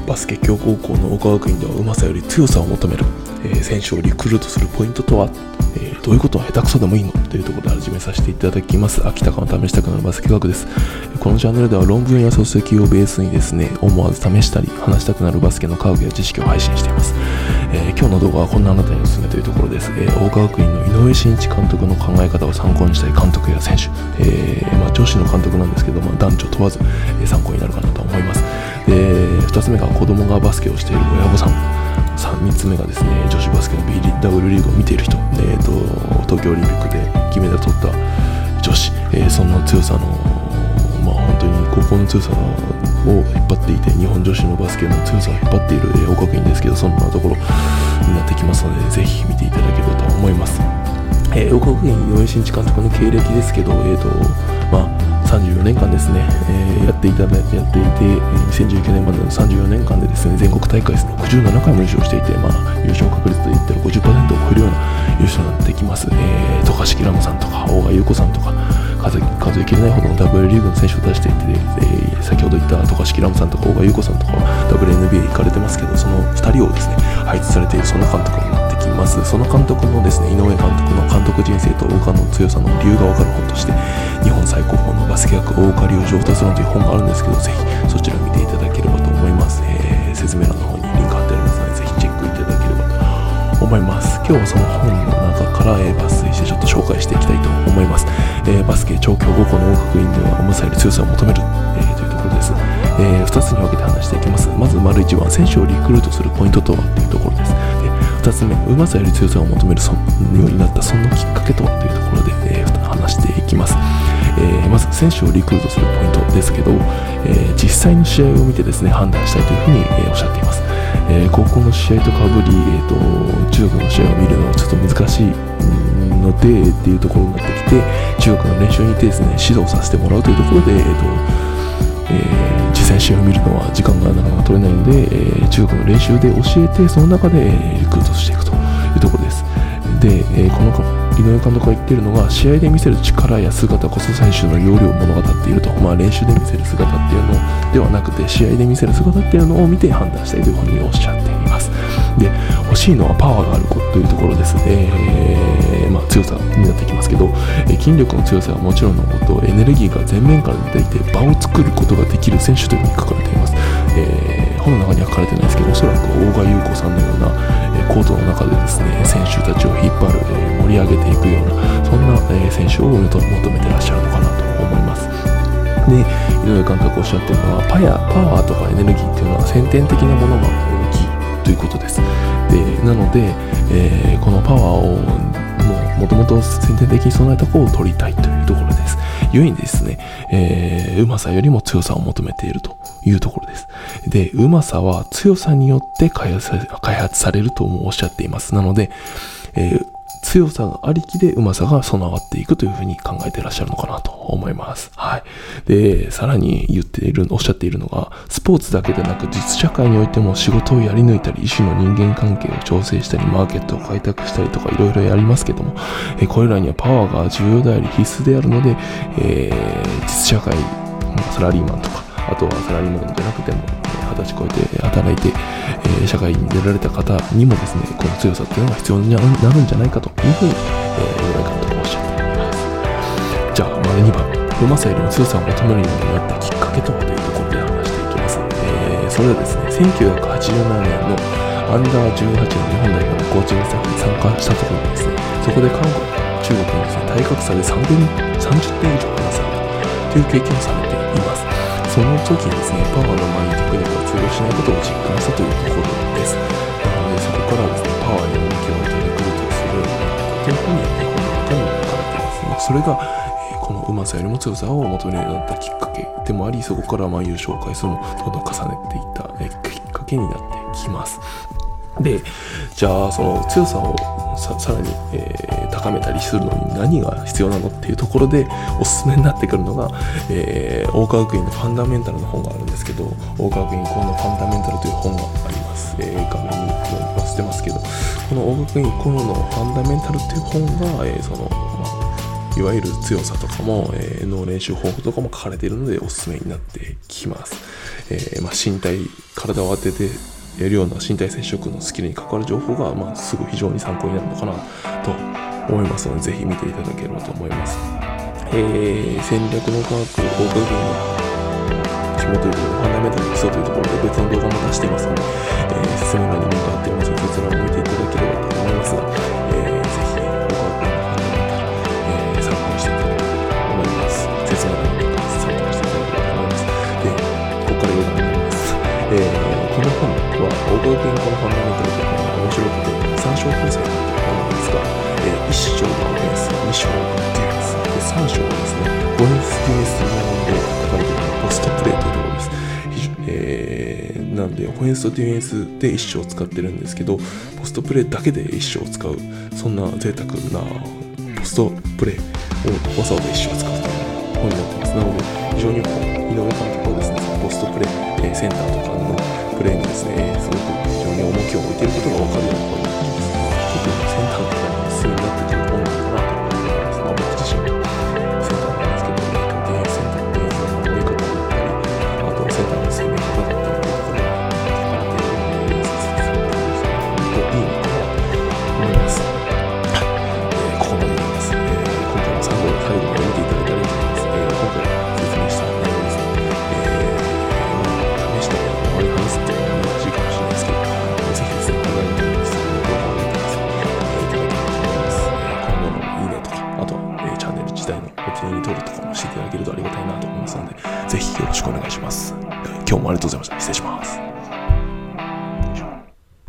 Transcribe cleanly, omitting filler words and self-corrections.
バスケ強豪校の桜花学院ではうまさより強さを求める、選手をリクルートするポイントとは、どういうことは下手くそでもいいのというところで始めさせていただきます。秋田から試したくなるバスケ学です。このチャンネルでは論文や書籍をベースにですね、思わず試したり話したくなるバスケの科学や知識を配信しています。今日の動画はこんなあなたにおすすめというところです。桜花学院の井上真一監督の考え方を参考にしたい監督や選手、女子の監督なんですけど、男女問わず、参考になるかなと思います。2つ目が子供がバスケをしている親御さん、3つ目がですね、女子バスケの BW リーグを見ている人、東京オリンピックで金メダル取った女子、そんな強さの、本当に高校の強さを引っ張っていて、日本女子のバスケの強さを引っ張っている桜花学院ですけど、そんなところになってきますので、ぜひ見ていただければと思います。桜花学院井上真一監督の経歴ですけど、34年間ですね、やっていて、2019年までの34年間でですね、全国大会67回も優勝していて、優勝確率といったら 50% を超えるような優勝になってきます。渡嘉敷来夢さんとか大賀優子さんとか数えきれないほどの W リーグの選手を出していて、先ほど言った渡嘉敷来夢さんとか大賀優子さんとかは WNBA 行かれてますけど、その2人をですね配置されている、そんな監督になってきます。その監督のですね、井上監督の監督人生と桜花の強さの理由が分かる本として、日本最高峰のバスケ学桜花流上達論という本があるんですけど、ぜひそちらを見ていただければと思います。説明欄の方にリンク貼ってありますので、ぜひチェックいただければと思います。今日はその本の中から抜粋してちょっと紹介していきたいと思います。バスケ超強豪校の桜花学院ではうまさより強さを求める、というところです。2つに分けて話していきます。まず丸1番、選手をリクルートするポイントとはというところです。2つ目、うまさより強さを求めるようになったそのきっかけとはというところで、話していきます。まず選手をリクルートするポイントですけど、実際の試合を見てですね判断したいというふうに、おっしゃっています。高校の試合とかぶり、中学の試合を見るのはちょっと難しいのでっていうところになってきて、中学の練習に行ってですね指導させてもらうというところで、実際試合を見るのは時間がなかなか取れないので、中学の練習で教えて、その中で、リクルートしていくというところです。で、この井上監督が言っているのが、試合で見せる力や姿こそ選手の要領を物語っていると。練習で見せる姿っていうのではなくて、試合で見せる姿っていうのを見て判断したいというふうにおっしゃっています。で、欲しいのはパワーがあることというところです。強さになってきますけど、筋力の強さはもちろんのこと、エネルギーが前面から出ていて場を作ることができる選手というふうに書かれています。本の中には書かれてないですけど、おそらく大賀優子さんのようなコートの中でですね選手たちを引っ張る、盛り上げていくような、そんな、選手を求めてらっしゃるのかなと思います。で、井上監督がおっしゃっているのは、パワーとかエネルギーっていうのは先天的なものが大きいということです。でなので、このパワーをもともと先天的に備えた子を取りたいというところです。故にですね、うまさよりも強さを求めているというところです。で、うまさは強さによって開発されるともおっしゃっています。なので、強さがありきでうまさが備わっていくというふうに考えていらっしゃるのかなと思います。はい。で、さらにおっしゃっているのが、スポーツだけでなく実社会においても仕事をやり抜いたり、一種の人間関係を調整したり、マーケットを開拓したりとかいろいろやりますけども、これらにはパワーが重要であり必須であるので、実社会、サラリーマンとか、あとはサラリーマンじゃなくても、20歳超えて働いて、社会に出られた方にもですね、この強さっていうのが必要になるんじゃないかというふうに、井上監督はおっしゃっています。じゃあ、2番、うまさよりも強さを求めるようになったきっかけとはというところで話していきます。それはですね、1987年のアンダー18の日本代表のコーチングスタッフに参加したところにですね、そこで韓国、中国にですね、体格差で30点以上離されたという経験をされています。その時にですね、パワーの前にテクニックが通用しないことを実感したというところです。なので、そこからですね、パワーに重きを置いてリクルートするようになったというふうに、この中に書かれています。それが、このうまさよりも強さを求めるようになったきっかけでもあり、そこから優勝回数もどんどん重ねていったきっかけになってきます。で、じゃあその強さをさらに、高めたりするのに何が必要なのっていうところでおすすめになってくるのが、桜花学院のファンダメンタルの本があるんですけど、桜花学院校のファンダメンタルという本があります。画面に載せてますけど、この桜花学院校のファンダメンタルっていう本が、 いわゆる強さとかも、の練習方法とかも書かれているのでおすすめになってきます。体を当ててやるような身体接触のスキルに関わる情報が、すごい非常に参考になるのかなと思いますので、ぜひ見ていただければと思います。戦略の科学、オーガゲームの肝というところで、ファンダメンタルの基礎というところで別の動画も出していますので、説明欄にリンク貼っていますので、そちらも見ていただければと思いますが、ぜひオーガゲームのファンダメンタル、参考にしていただければと思います。説明欄にリンク参考にしていただければと思います。で、ここから余談になります。この本はオーガゲームのファンダメンタルというのが面白くて、3章構成になっている本なんですが、1章がオフェンス、2章がディフェンス、で3章がですね、オフェンス、ディフェンスで書かれているポストプレーというところです。なんでオフェンスとディフェンスで1章を使ってるんですけど、ポストプレーだけで1章を使う、そんな贅沢なポストプレーをわざわざ1章を使うという本になっています。なので非常に井上監督はですね、ポストプレー、センターとかのプレーにですね、すごく非常に重きを置いていることが分かるような本になっています。特にセンターとかに必要になってくる本なのかなと思います。僕自身もセンターなんですけど、センターのディフェンスの守り方だったり、あとセンターの攻め方だったりというところが書かれているので、いいのかなと思います。ここまでになります。今回も最後まで見ていただいてありがとうございます。今回説明した内容ですね。試したら周りに話すっていうのは難しいかもしれないですけど、ぜひですね、長いのにですね、動画を見てですね、いただければと思います。今後のいいねとか、あとは、チャンネル自体のお気に入り登録とかもしていただけるとありがたいなと思いますので、ぜひよろしくお願いします。今日もありがとうございました。失礼します。